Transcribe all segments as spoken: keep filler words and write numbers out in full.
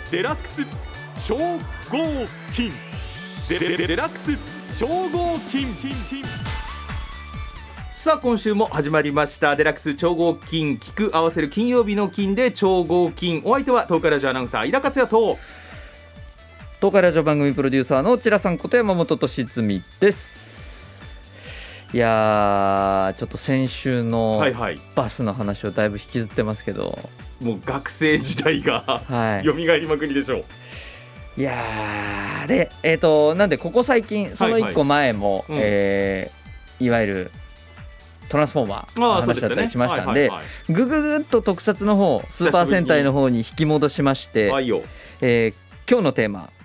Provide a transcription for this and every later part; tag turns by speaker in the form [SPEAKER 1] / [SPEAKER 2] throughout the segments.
[SPEAKER 1] デラックス超合金。デデデデラックス超合金。さあ今週も始まりましたデラックス超合金、聞く合わせる金曜日の金で超合金。お相手は東海ラジオアナウンサー井田克也と
[SPEAKER 2] 東海ラジオ番組プロデューサーの千良さんこと山本俊純です。いやーちょっと先週のバスの話をだいぶ引きずってますけど、はいはい、
[SPEAKER 1] もう学生時代が、はい、蘇りまくりでしょう。
[SPEAKER 2] いやーで、えーと、なんでここ最近そのいっこまえも、はいはい、えーうん、いわゆるトランスフォーマーの話だったりしましたんで、ぐぐぐっと特撮の方スーパー戦隊の方に引き戻しまして、えー、今日のテーマ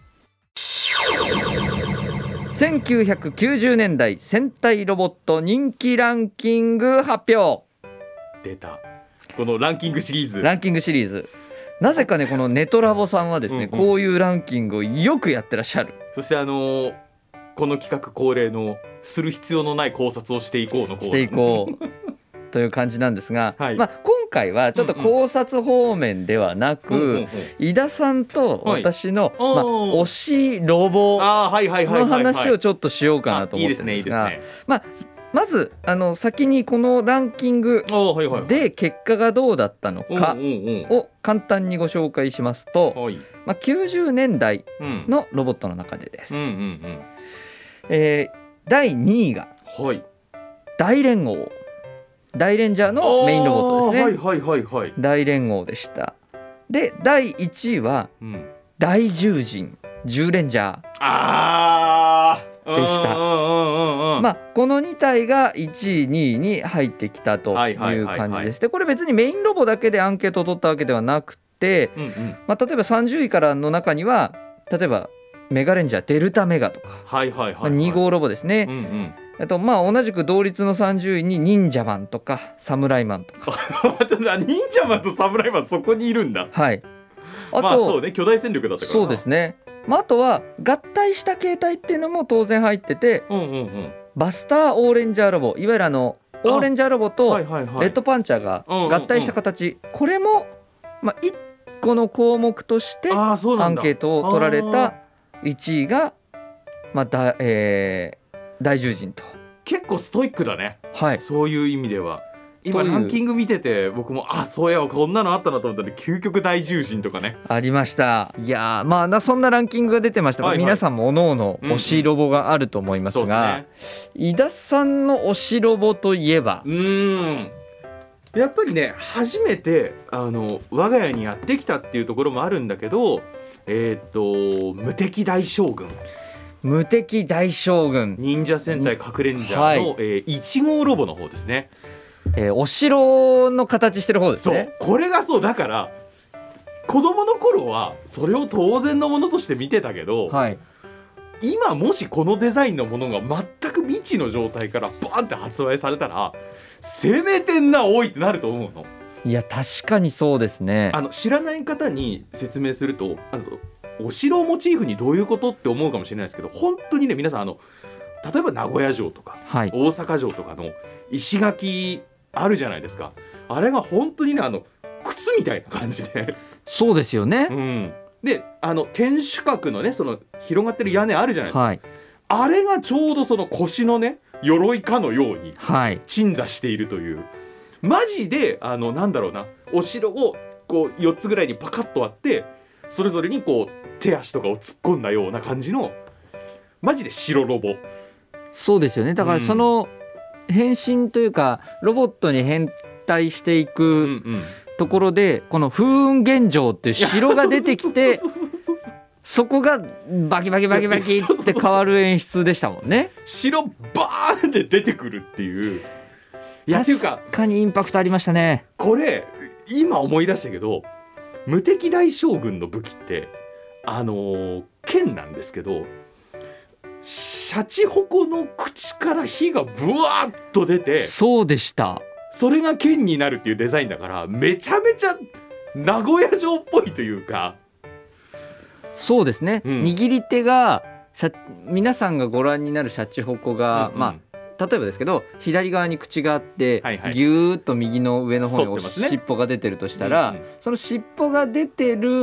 [SPEAKER 2] せんきゅうひゃくきゅうじゅうねんだい戦隊ロボット人気ランキング発表。
[SPEAKER 1] 出たこのランキングシリーズ
[SPEAKER 2] ランキングシリーズなぜかねこのネトラボさんはですね、うんうん、こういうランキングをよくやってらっしゃる。
[SPEAKER 1] そしてあのー、この企画恒例のする必要のない考察をしていこうのコーナー
[SPEAKER 2] していこうという感じなんですが、はいまあ、今回はちょっと考察方面ではなく、うんうん、井田さんと私の、はいまあ、推しロボの話をちょっとしようかなと思ってるんですが、まあまずあの先にこのランキングで結果がどうだったのかを簡単にご紹介しますと、まあ、きゅうじゅうねんだいのロボットの中でです、うんうんうんうんえー、だいにいが大連合、大レンジャーのメインロボットですね、はいはいはいはい、大連合でした。でだいいちいは、うん、大獣人獣レンジャーあーでした。まあこのにたいがいちいにいに入ってきたという感じでして、これ別にメインロボだけでアンケートを取ったわけではなくて、うんうんまあ、例えばさんじゅういからの中には例えばメガレンジャーデルタメガとか、はいはいはいはいまあ、に号ロボですね、うんうんあとまあ同じく同率のさんじゅういに忍者マンとかサムライマンとか
[SPEAKER 1] 忍者マンとサムライマンそこにいるんだ。
[SPEAKER 2] はいあと、
[SPEAKER 1] まあそうね巨大戦力だったからな。
[SPEAKER 2] そうですね、まあ、あとは合体した形態っていうのも当然入ってて、うんうんうん、バスターオーレンジャーロボいわゆるあのオーレンジャーロボとレッドパンチャーが合体した形、うんうんうん、これも、まあ、いっこの項目としてアンケートを取られたいちいが、まあだえー大獣人と。
[SPEAKER 1] 結構ストイックだね、
[SPEAKER 2] はい、
[SPEAKER 1] そういう意味では。今ランキング見てて僕もあそういやこんなのあったなと思ったら究極大獣人とかね
[SPEAKER 2] ありました。いやまあそんなランキングが出てました、はいはい、皆さんもおのおの推しロボがあると思いますが、うんうん、井田さんの推しロボといえばうー
[SPEAKER 1] んやっぱりね初めてあの我が家にやってきたっていうところもあるんだけど、えー、っと無敵大将軍
[SPEAKER 2] 無敵大将軍
[SPEAKER 1] 忍者戦隊核レンジャーの、はいえー、いち号ロボの方ですね、
[SPEAKER 2] えー、お城の形してる方ですね。
[SPEAKER 1] そうこれがそうだから子供の頃はそれを当然のものとして見てたけど、はい、今もしこのデザインのものが全く未知の状態からバーンって発売されたら攻めてんなおいってなると思うの。
[SPEAKER 2] いや確かにそうですね。
[SPEAKER 1] あの知らない方に説明するとあのお城をモチーフにどういうことって思うかもしれないですけど本当にね皆さんあの例えば名古屋城とか、はい、大阪城とかの石垣あるじゃないですか。あれが本当にねあの靴みたいな感じで
[SPEAKER 2] そうですよね、
[SPEAKER 1] うん、であの天守閣のねその広がってる屋根あるじゃないですか、はい、あれがちょうどその腰のね鎧かのように鎮座しているという、はい、マジであのなんだろうなお城をこうよっつぐらいにパカッと割ってそれぞれにこう手足とかを突っ込んだような感じのマジで白ロボ。
[SPEAKER 2] そうですよね。だからその変身というかロボットに変態していくところでこの風雲現状っていう城が出てきてそこがバキバキバキバキって変わる演出でしたもんね。
[SPEAKER 1] 城バーンって出てくるっていう。
[SPEAKER 2] いや確かにインパクトありましたね。
[SPEAKER 1] これ今思い出したけど無敵大将軍の武器ってあのー、剣なんですけどシャチホコの口から火がブワーッと出て
[SPEAKER 2] そうでした。
[SPEAKER 1] それが剣になるっていうデザインだからめちゃめちゃ名古屋城っぽいというか。
[SPEAKER 2] そうですね、うん、握り手が皆さんがご覧になるシャチホコが、うんうん、まあ例えばですけど左側に口があって、はいはい、ギューッと右の上の方に尻尾が出てるとしたら、うんうん、その尻尾が出てる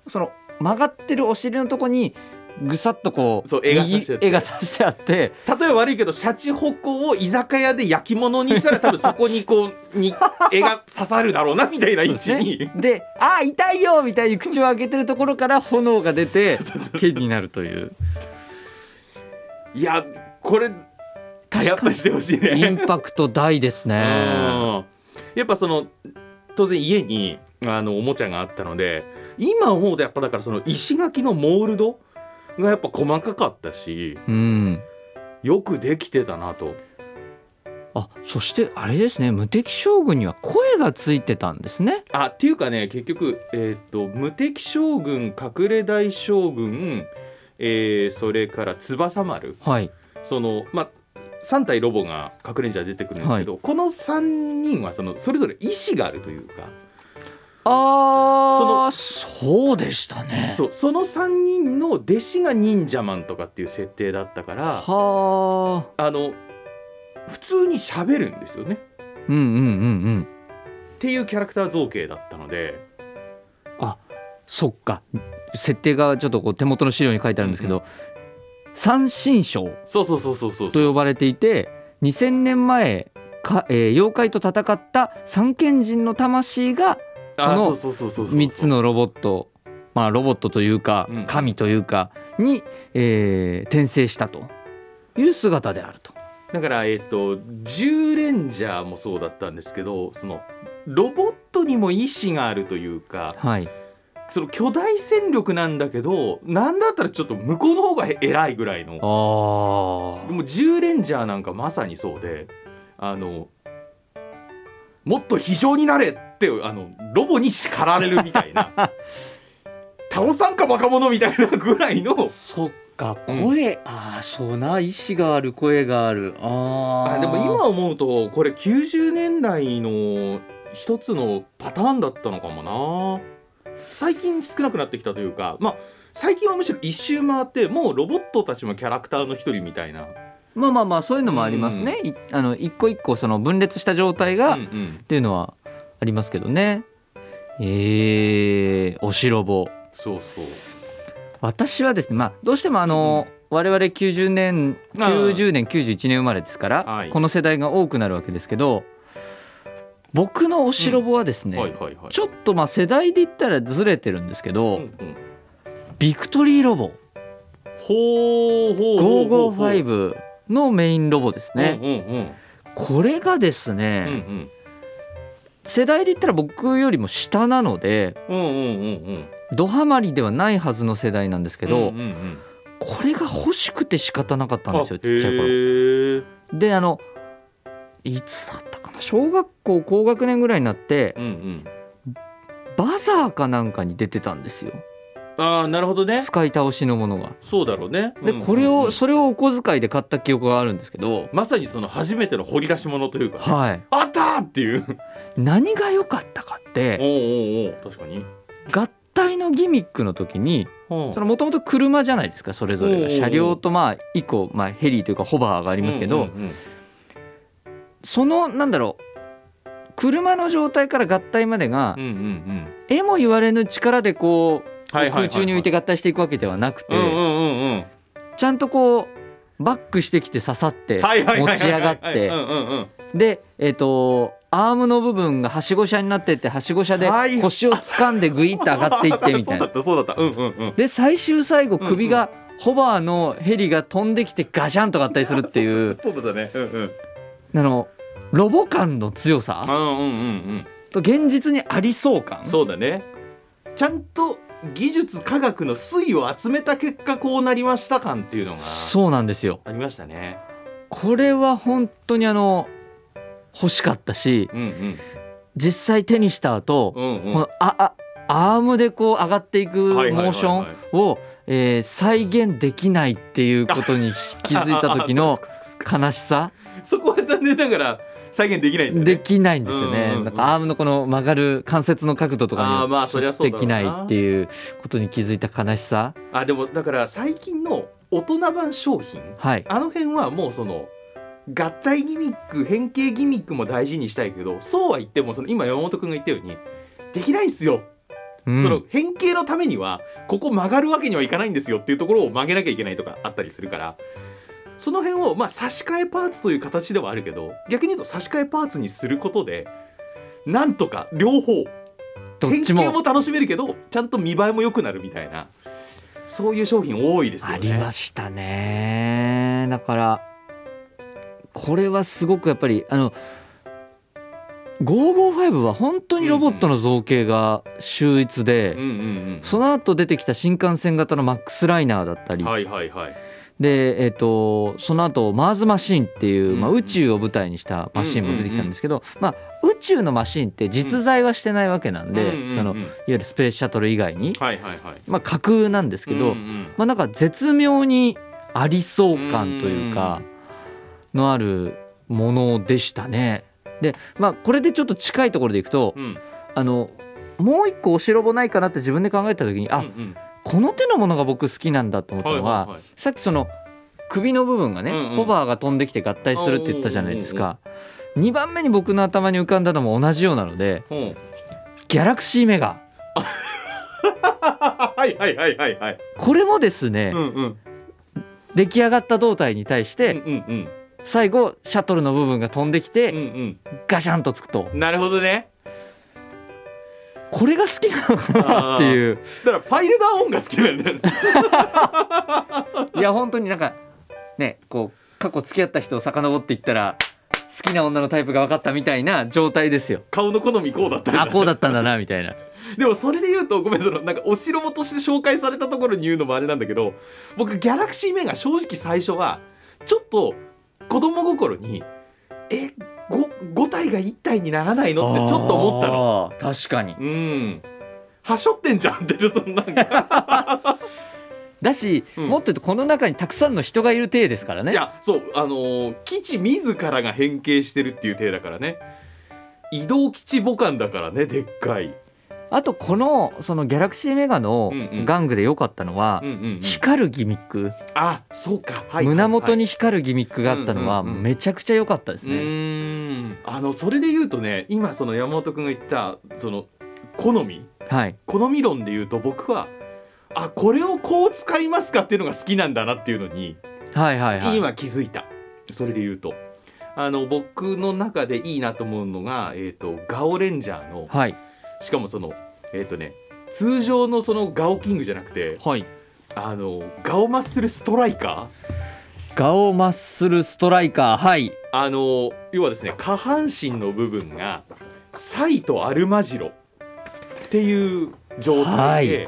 [SPEAKER 2] その曲がってるお尻のとこにぐさっとこう
[SPEAKER 1] そう絵が刺してあって、
[SPEAKER 2] 絵が刺してあって、
[SPEAKER 1] 例えば悪いけどシャチホコを居酒屋で焼き物にしたら多分そこにこうに絵が刺さるだろうなみたいな位置に
[SPEAKER 2] で、ね、であ痛いよみたいに口を開けてるところから炎が出て剣になるという。
[SPEAKER 1] いやこれタイアップしてほしいね。
[SPEAKER 2] インパクト大ですね。
[SPEAKER 1] やっぱその当然家にあのおもちゃがあったので、今思うとやっぱだからその石垣のモールドがやっぱ細かかったし、うん、よくできてたなと。
[SPEAKER 2] あ、そしてあれですね、無敵将軍には声がついてたんですね。
[SPEAKER 1] あっていうかね、結局、えー、と無敵将軍、隠れ大将軍、えー、それから翼丸、はい、そのまあさん体ロボが隠れんじゃ出てくるんですけど、はい、このさんにんはそのそれぞれ意思があるというか、
[SPEAKER 2] あそのそうでしたね。
[SPEAKER 1] そう、そのさんにんの弟子が忍者マンとかっていう設定だったから、はあの普通に喋るんですよね。うんうんうんうんっていうキャラクター造形だったので、
[SPEAKER 2] あそっか、設定がちょっとこう手元の資料に書いてあるんですけど、うんうん、三神将と呼ばれていて、にせんねんまえか、えー、妖怪と戦った三賢人の魂がこのみっつのロボット、まあロボットというか神というかに、えー、転生したという姿であると。
[SPEAKER 1] だからえっとじゅうレンジャーもそうだったんですけど、そのロボットにも意志があるというか、はい、その巨大戦力なんだけど、なんだったらちょっと向こうの方が偉いぐらいの。あでもじゅうレンジャーなんかまさにそうで、あのもっと非常になれってあのロボに叱られるみたいな倒さんかバカ者みたいなぐらいの。
[SPEAKER 2] そっか、声、うん、ああそうな、意志がある、声がある。あ
[SPEAKER 1] あでも今思うとこれきゅうじゅうねんだいの一つのパターンだったのかもな。最近少なくなってきたというか、まあ最近はむしろ一周回ってもうロボットたちもキャラクターの一人みたいな。
[SPEAKER 2] まあまあまあそういうのもありますね、うん、あの一個一個その分裂した状態が、うんうん、っていうのはありますけどね。えー、おしロボ、
[SPEAKER 1] そうそう、
[SPEAKER 2] 私はですね、まあ、どうしてもあの、うん、我々きゅうじゅうねんきゅうじゅうねんきゅうじゅういちねん生まれですから、はい、この世代が多くなるわけですけど、僕のおしロボはですね、うんはいはいはい、ちょっとまあ世代で言ったらずれてるんですけど、うんうん、ビクトリーロボ
[SPEAKER 1] ほうほうほう
[SPEAKER 2] ごーごーごーのメインロボですね、うんうんうん、これがですね、うんうん、世代で言ったら僕よりも下なので、うんうんうんうん、ドハマりではないはずの世代なんですけど、うんうんうん、これが欲しくて仕方なかったんですよ、ちっちゃい頃で。あのいつだったかな、小学校高学年ぐらいになって、うんうん、バザーかなんかに出てたんですよ。
[SPEAKER 1] あーなるほどね、
[SPEAKER 2] 使い倒しのものが。
[SPEAKER 1] そうだろうね。
[SPEAKER 2] でこれをそれをお小遣いで買った記憶があるんですけど、
[SPEAKER 1] まさにその初めての掘り出し物というか、ね、
[SPEAKER 2] はい、
[SPEAKER 1] あったーっていう
[SPEAKER 2] 何が良かったかって、
[SPEAKER 1] おうおうおう、確かに
[SPEAKER 2] 合体のギミックの時に、もともと車じゃないですか、それぞれが車両とまあいっこ、まあ、ヘリというかホバーがありますけど、うんうんうん、そのなんだろう、車の状態から合体までが、うんうんうん、えも言われぬ力でこう空中に浮いて合体していくわけではなくて、ちゃんとこうバックしてきて刺さって持ち上がって、でえっとアームの部分がはしご車になってて、はしご車で腰を掴んでグイッと上がっていってみたいなで最終最後首がホバーのヘリが飛んできてガシャンと合体するっていう
[SPEAKER 1] そうだね、うんうん、
[SPEAKER 2] あのロボ感の強さと現実にありそう感、
[SPEAKER 1] そうだね、ちゃんと技術科学の粋を集めた結果こうなりました感っていうのが
[SPEAKER 2] そうなんですよ、
[SPEAKER 1] ありましたね。
[SPEAKER 2] これは本当にあの欲しかったし、うんうん、実際手にした後、うんうん、このああアームでこう上がっていくモーションをえ再現できないっていうことに気づいた時の悲しさ
[SPEAKER 1] そこは残念ながら再現できないんだね。
[SPEAKER 2] できないんですよね、うんうんうん、なんかアームのこの曲がる関節の角度とかにできないっていうことに気づいた悲しさ。
[SPEAKER 1] あでもだから最近の大人版商品、はい、あの辺はもうその合体ギミック変形ギミックも大事にしたいけど、そうは言ってもその今山本くんが言ったようにできないんすよ、 うん、その変形のためにはここ曲がるわけにはいかないんですよっていうところを曲げなきゃいけないとかあったりするから、その辺をまあ差し替えパーツという形ではあるけど、逆に言うと差し替えパーツにすることでなんとか両方
[SPEAKER 2] どっちも
[SPEAKER 1] 変形も楽しめるけどちゃんと見栄えも良くなるみたいな、そういう商品多いですよね。
[SPEAKER 2] ありましたね。だからこれはすごくやっぱりあのごーごーファイブは本当にロボットの造形が秀逸で、うんうん、その後出てきた新幹線型のマックスライナーだったり、はいはいはい、で、えーと、その後マーズマシンっていう、まあ、宇宙を舞台にしたマシンも出てきたんですけど、まあ、宇宙のマシンって実在はしてないわけなんで、うん、そのいわゆるスペースシャトル以外に、はいはいはい、まあ、架空なんですけど、うんうん、まあ、なんか絶妙にありそう感というかのあるものでしたね。で、まあ、これでちょっと近いところでいくと、うん、あのもう一個お城ぼないかなって自分で考えた時に、あ、うんうん、この手のものが僕好きなんだと思ったのは、はいはいはい、さっきその首の部分がね、うんうん、ホバーが飛んできて合体するって言ったじゃないですか。にばんめに僕の頭に浮かんだのも同じようなので、うん、ギャラクシーメガ
[SPEAKER 1] はいはいはいはいはい、
[SPEAKER 2] これもですね、うんうん、出来上がった胴体に対して、うんうんうん、最後シャトルの部分が飛んできて、うんうん、ガシャンとつくと。
[SPEAKER 1] なるほどね。
[SPEAKER 2] これが好きなのかなっていう。
[SPEAKER 1] だからパイルダーオンが好きなんだよね
[SPEAKER 2] いや本当になんかね、こう過去付き合った人を遡っていったら好きな女のタイプが分かったみたいな状態ですよ。
[SPEAKER 1] 顔の好みこうだったんだ、
[SPEAKER 2] あ、こうだったんだなみたいな
[SPEAKER 1] でもそれで言うとごめん、そのなんかお城として紹介されたところに言うのもあれなんだけど、僕ギャラクシーメガ正直最初はちょっと子供心にえ 5, ご体がいち体にならないのってちょっと思ったの。
[SPEAKER 2] 確かに、
[SPEAKER 1] うん、はしょってんじゃんってちょっとなんか
[SPEAKER 2] だし、うん、もっと言うとこの中にたくさんの人がいる体ですからね。
[SPEAKER 1] いやそう、あのー、基地自らが変形してるっていう体だからね。移動基地母艦だからね、でっかい。
[SPEAKER 2] あとこのそのギャラクシーメガの玩具で良かったのは、うんうん、光るギミック、
[SPEAKER 1] あ、そうか、はいはいはい、
[SPEAKER 2] 胸元に光るギミックがあったのはめちゃくちゃ良かったですね。
[SPEAKER 1] うんうんうん、あのそれで言うとね、今その山本くんが言ったその好み、はい、好み論で言うと僕はあ、これをこう使いますかっていうのが好きなんだなっていうのに、はいはいはい、今気づいた。それで言うとあの僕の中でいいなと思うのが、えーと、ガオレンジャーの、はい、しかもそのえーとね、通常のそのガオキングじゃなくて、はい、あのガオマッスルストライカ
[SPEAKER 2] ーガオマッスルストライカー、はい、
[SPEAKER 1] あの要はですね、下半身の部分がサイとアルマジロっていう状態で、はい、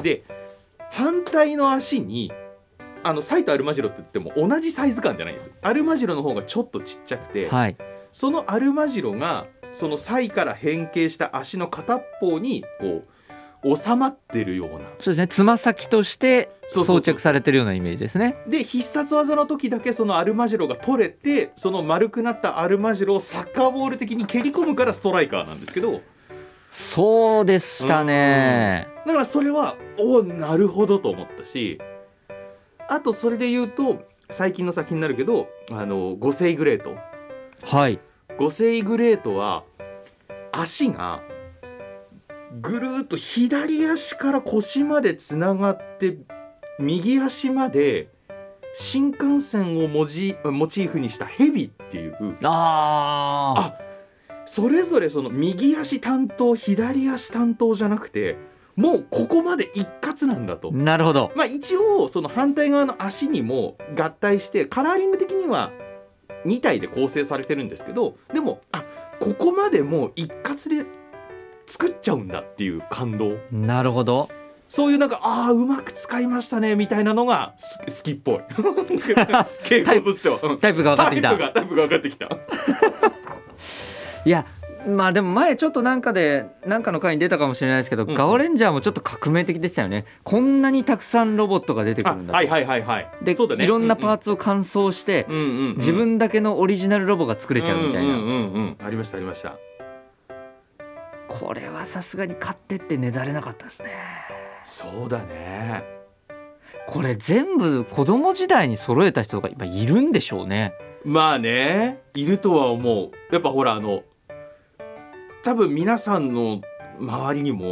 [SPEAKER 1] で反対の足にあのサイとアルマジロって言っても同じサイズ感じゃないんです。アルマジロの方がちょっとちっちゃくて、はい、そのアルマジロがそのサイから変形した足の片っぽにこう収まってるような、
[SPEAKER 2] そうですね、つま先として装着されてるようなイメージですね。
[SPEAKER 1] で必殺技の時だけそのアルマジロが取れて、その丸くなったアルマジロをサッカーボール的に蹴り込むからストライカーなんですけど。
[SPEAKER 2] そうでしたね。
[SPEAKER 1] だからそれはおなるほどと思ったし、あとそれで言うと最近の作品になるけど、あのゴセイグレート、はい、ゴセイグレートは足がぐるーっと左足から腰までつながって右足まで新幹線をモジモチーフにしたヘビっていう、ああそれぞれその右足担当左足担当じゃなくてもうここまで一括なんだと。
[SPEAKER 2] なるほど。
[SPEAKER 1] まあ一応その反対側の足にも合体してカラーリング的にはに体で構成されてるんですけど、でもあここまでもう一括で作っちゃうんだっていう感動。
[SPEAKER 2] なるほど。
[SPEAKER 1] そういうなんかあーうまく使いましたねみたいなのが好きっぽい傾向としては
[SPEAKER 2] タイプが分かってきた。
[SPEAKER 1] タイプがタイプが分かってきた
[SPEAKER 2] いやまあでも前ちょっとなんかでなんかの回に出たかもしれないですけど、うんうん、ガオレンジャーもちょっと革命的でしたよね。こんなにたくさんロボットが出てくるんだと。
[SPEAKER 1] はいはいはいはい。
[SPEAKER 2] でそうだね、いろんなパーツを乾燥して、うんうん、自分だけのオリジナルロボが作れちゃうみたいな、うんうんうんうん、
[SPEAKER 1] ありましたありました。
[SPEAKER 2] これはさすがに買ってってねだれなかったですね。
[SPEAKER 1] そうだね。
[SPEAKER 2] これ全部子供時代に揃えた人が今いるんでしょうね。
[SPEAKER 1] まあね、いるとは思う。やっぱほらあの多分皆さんの周りにも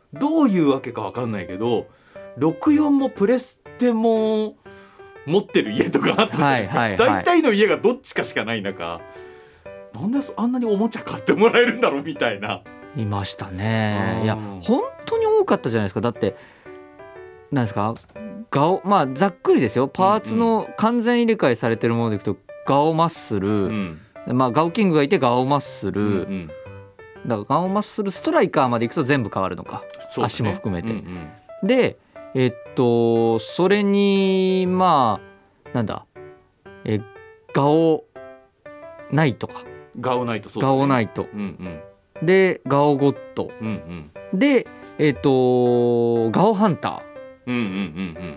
[SPEAKER 1] どういうわけか分かんないけどろくじゅうよんもプレステも持ってる家とかあったじゃないですか、はいはいはい、大体の家がどっちかしかない中なんであんなにおもちゃ買ってもらえるんだろうみたいない
[SPEAKER 2] ましたね。いや本当に多かったじゃないですか。だってなんですかガオ、まあざっくりですよ、パーツの完全入れ替えされてるものでいくとガオマッスル、うんまあ、ガオキングがいてガオマッスル、うんうん、だからガオマッスルストライカーまでいくと全部変わるのか、ね、足も含めて、うんうん、でえっとそれにまあなんだえガオナイトか
[SPEAKER 1] ガオナイトそうだ、
[SPEAKER 2] ね、ガオナイト、うんうん、でガオゴッド、うんうん、でえっとガオハンター、うんうんうんうん、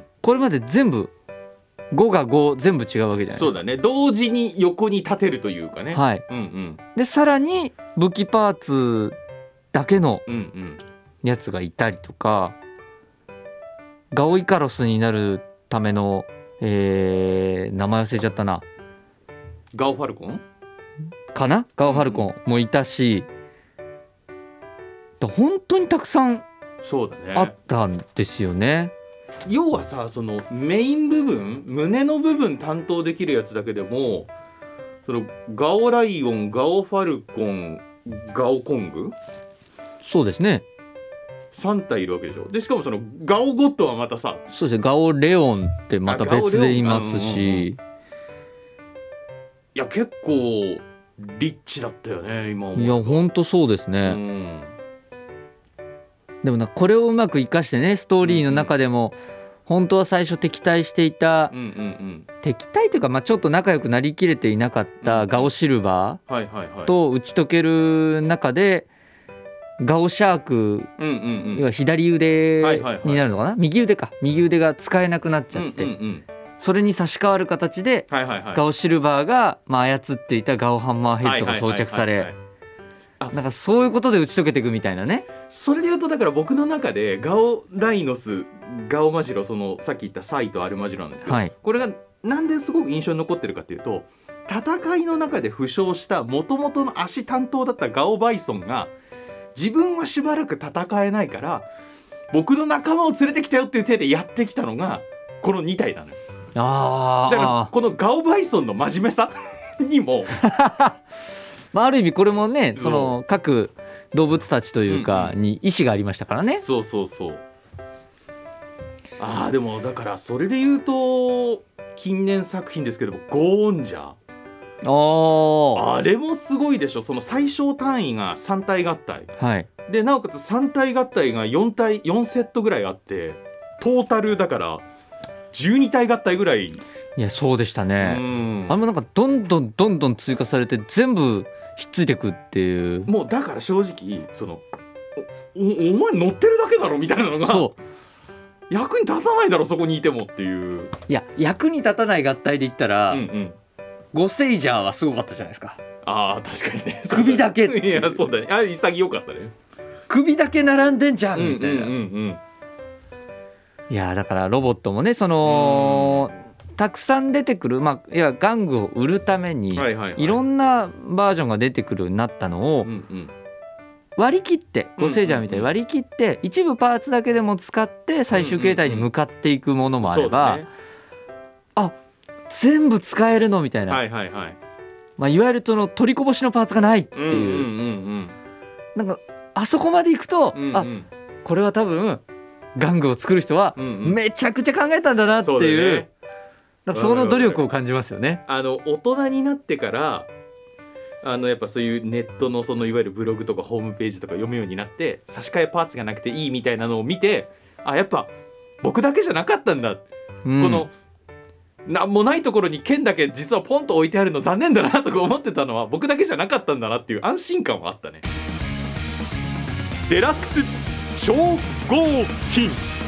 [SPEAKER 2] これまで全部ごがご全部違うわけじゃない。
[SPEAKER 1] そうだね、同時に横に立てるというかね、
[SPEAKER 2] はい、うんうん、でさらに武器パーツだけのやつがいたりとか、うんうん、ガオイカロスになるための、えー、名前忘れちゃったな、
[SPEAKER 1] ガオファルコン
[SPEAKER 2] かな、ガオファルコンもいたし、うん、本当にたくさんあったんですよね。
[SPEAKER 1] 要はさ、そのメイン部分胸の部分担当できるやつだけでもそのガオライオン、ガオファルコン、ガオコング、
[SPEAKER 2] そうですね、
[SPEAKER 1] さん体いるわけでしょ。でしかもそのガオゴッドはまたさ、
[SPEAKER 2] そうですね、ガオレオンってまた別でいますし、い
[SPEAKER 1] や結構リッチだったよね今思う。
[SPEAKER 2] いやほんとそうですね、うん、でもなこれをうまく生かしてね、ストーリーの中でも、うんうん、本当は最初敵対していた、うんうんうん、敵対というか、まあ、ちょっと仲良くなりきれていなかったガオシルバーと打ち解ける中で、ガオシャーク、うんうんうん、要は左腕になるのかな、はいはいはい、右腕か右腕が使えなくなっちゃって、うんうんうん、それに差し替わる形で、はいはいはい、ガオシルバーが、まあ、操っていたガオハンマーヘッドが装着され、はいはいはいはい、あ、なんかそういうことで打ち解けていくみたいなね。
[SPEAKER 1] それでいうとだから僕の中でガオライノス、ガオマジロ、そのさっき言ったサイとアルマジロなんですけど、はい、これがなんですごく印象に残ってるかっていうと、戦いの中で負傷した元々の足担当だったガオバイソンが自分はしばらく戦えないから僕の仲間を連れてきたよっていう手でやってきたのがこのに体なのよ。あだからこのガオバイソンの真面目さにも
[SPEAKER 2] まあ、ある意味これもね、その各動物たちというかに意思がありましたからね、うんうん、
[SPEAKER 1] そうそうそう。あーでもだからそれで言うと近年作品ですけどゴーンジャー、あれもすごいでしょ。その最小単位がさん体合体、はい、でなおかつさん体合体がよん体よんセットぐらいあってトータルだからじゅうに体合体ぐらい。い
[SPEAKER 2] やそうでしたね、うん、あれもなんかどんどんどんどん追加されて全部ひっついてくっていう。
[SPEAKER 1] もうだから正直その お, お前乗ってるだけだろみたいなのがそう役に立たないだろそこにいてもっていう。
[SPEAKER 2] いや役に立たない合体で言ったら、うんうん、ゴセイジャーはすごかったじゃないですか。
[SPEAKER 1] あー確かにね、
[SPEAKER 2] 首だけ
[SPEAKER 1] いやそうだね、あれ潔かったね。
[SPEAKER 2] 首だけ並んでんじゃんみたいな、うんうんうんうん、いやだからロボットもねそのたくさん出てくる、まあ、いや玩具を売るために、はいはいはい、いろんなバージョンが出てくるようになったのを、うんうん、割り切ってゴセイジャーみたいに割り切って、うんうんうん、一部パーツだけでも使って最終形態に向かっていくものもあれば、うんうんうんね、あ全部使えるのみたいな、はいはいはいまあ、いわゆるその取りこぼしのパーツがないっていう、うんうんうんうん、なんかあそこまでいくと、うんうん、あこれは多分玩具を作る人はめちゃくちゃ考えたんだなっていう、うんうん、だからその努力を感じますよね。
[SPEAKER 1] あの大人になってからあのやっぱそういうネットのそのいわゆるブログとかホームページとか読むようになって差し替えパーツがなくていいみたいなのを見て、あやっぱ僕だけじゃなかったんだ、うん、このなんもないところに剣だけ実はポンと置いてあるの残念だなとか思ってたのは僕だけじゃなかったんだなっていう安心感はあったね。デラックス超合金。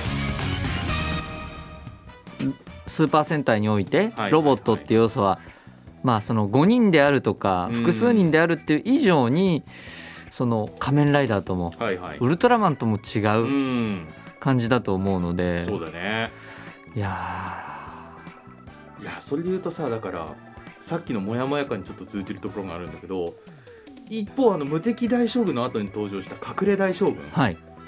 [SPEAKER 2] スーパー戦隊においてロボットっていう要素は、まあそのごにんであるとか複数人であるっていう以上に、その仮面ライダーともウルトラマンとも違う感じだと思うので。
[SPEAKER 1] そうだね。
[SPEAKER 2] いや
[SPEAKER 1] いやそれで言うとさ、だからさっきのモヤモヤ感にちょっと通じるところがあるんだけど、一方あの無敵大将軍の後に登場した隠れ大将軍、はい、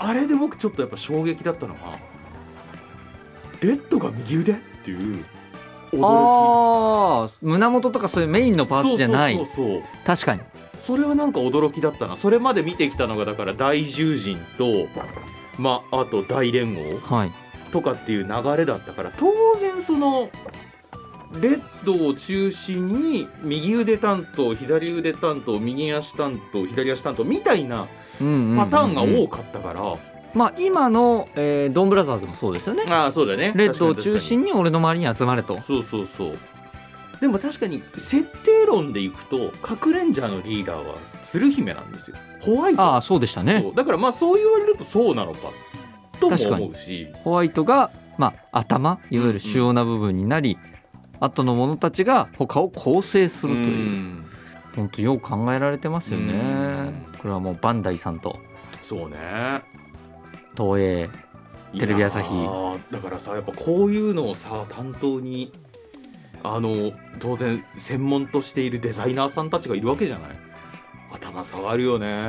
[SPEAKER 1] あれで僕ちょっとやっぱ衝撃だったのがレッドが右腕っていう驚き。
[SPEAKER 2] あ胸元とかそういうメインのパーツじゃない。そうそうそうそう、確かに
[SPEAKER 1] それはなんか驚きだったな。それまで見てきたのがだから大獣人と、まあ、あと大連合とかっていう流れだったから、当然そのレッドを中心に右腕担当左腕担当右足担当左足担当みたいなパターンが多かったから、うんうんうんうん、
[SPEAKER 2] まあ、今の、えー、ドンブラザーズもそうですよね。
[SPEAKER 1] ああそうだね。
[SPEAKER 2] レッドを中心に俺の周りに集まれと。
[SPEAKER 1] そうそうそう。でも確かに設定論でいくと核レンジャーのリーダーは鶴姫なんですよ。ホワイト。
[SPEAKER 2] ああそうでしたね。
[SPEAKER 1] だからまあそう言われるとそうなのかとも思うし、
[SPEAKER 2] ホワイトが、まあ、頭いわゆる主要な部分になり、うんうん、後の者たちが他を構成するという本当よく考えられてますよね。これはもうバンダイさんと
[SPEAKER 1] そうね
[SPEAKER 2] 東映テレビ朝日
[SPEAKER 1] だからさ、やっぱこういうのをさ担当にあの当然専門としているデザイナーさんたちがいるわけじゃない。頭下がるよね。うん、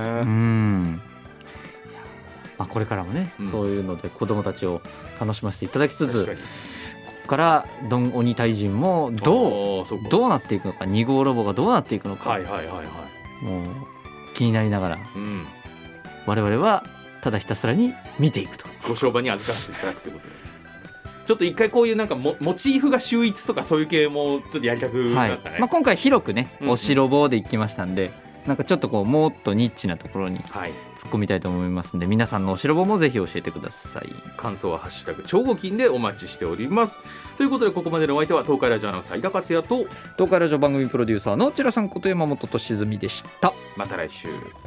[SPEAKER 2] まあ、これからもね、うん、そういうので子どもたちを楽しませていただきつつ、ここからドン鬼退陣もどうどうなっていくのか、に号ロボがどうなっていくのか、はいはいはいはい、もう気になりながら、うん、我々はただひたすらに見ていくと。
[SPEAKER 1] ご商売に預からせていただくということで、ちょっと一回こういうなんか モ, モチーフが秀逸とかそういう系もちょっとやりたくなったね。はい、まあ、
[SPEAKER 2] 今回広くね、うんうん、お城棒でいきましたんで、なんかちょっとこうもっとニッチなところに突っ込みたいと思いますので、はい、皆さんのお城棒もぜひ教えてください。
[SPEAKER 1] 感想はハッシュタグ超合金でお待ちしております。ということでここまでのお相手は東海ラジオアナウンサー井田克也と
[SPEAKER 2] 東海ラジオ番組プロデューサーのちらさんこと山本俊純でした。
[SPEAKER 1] また来週。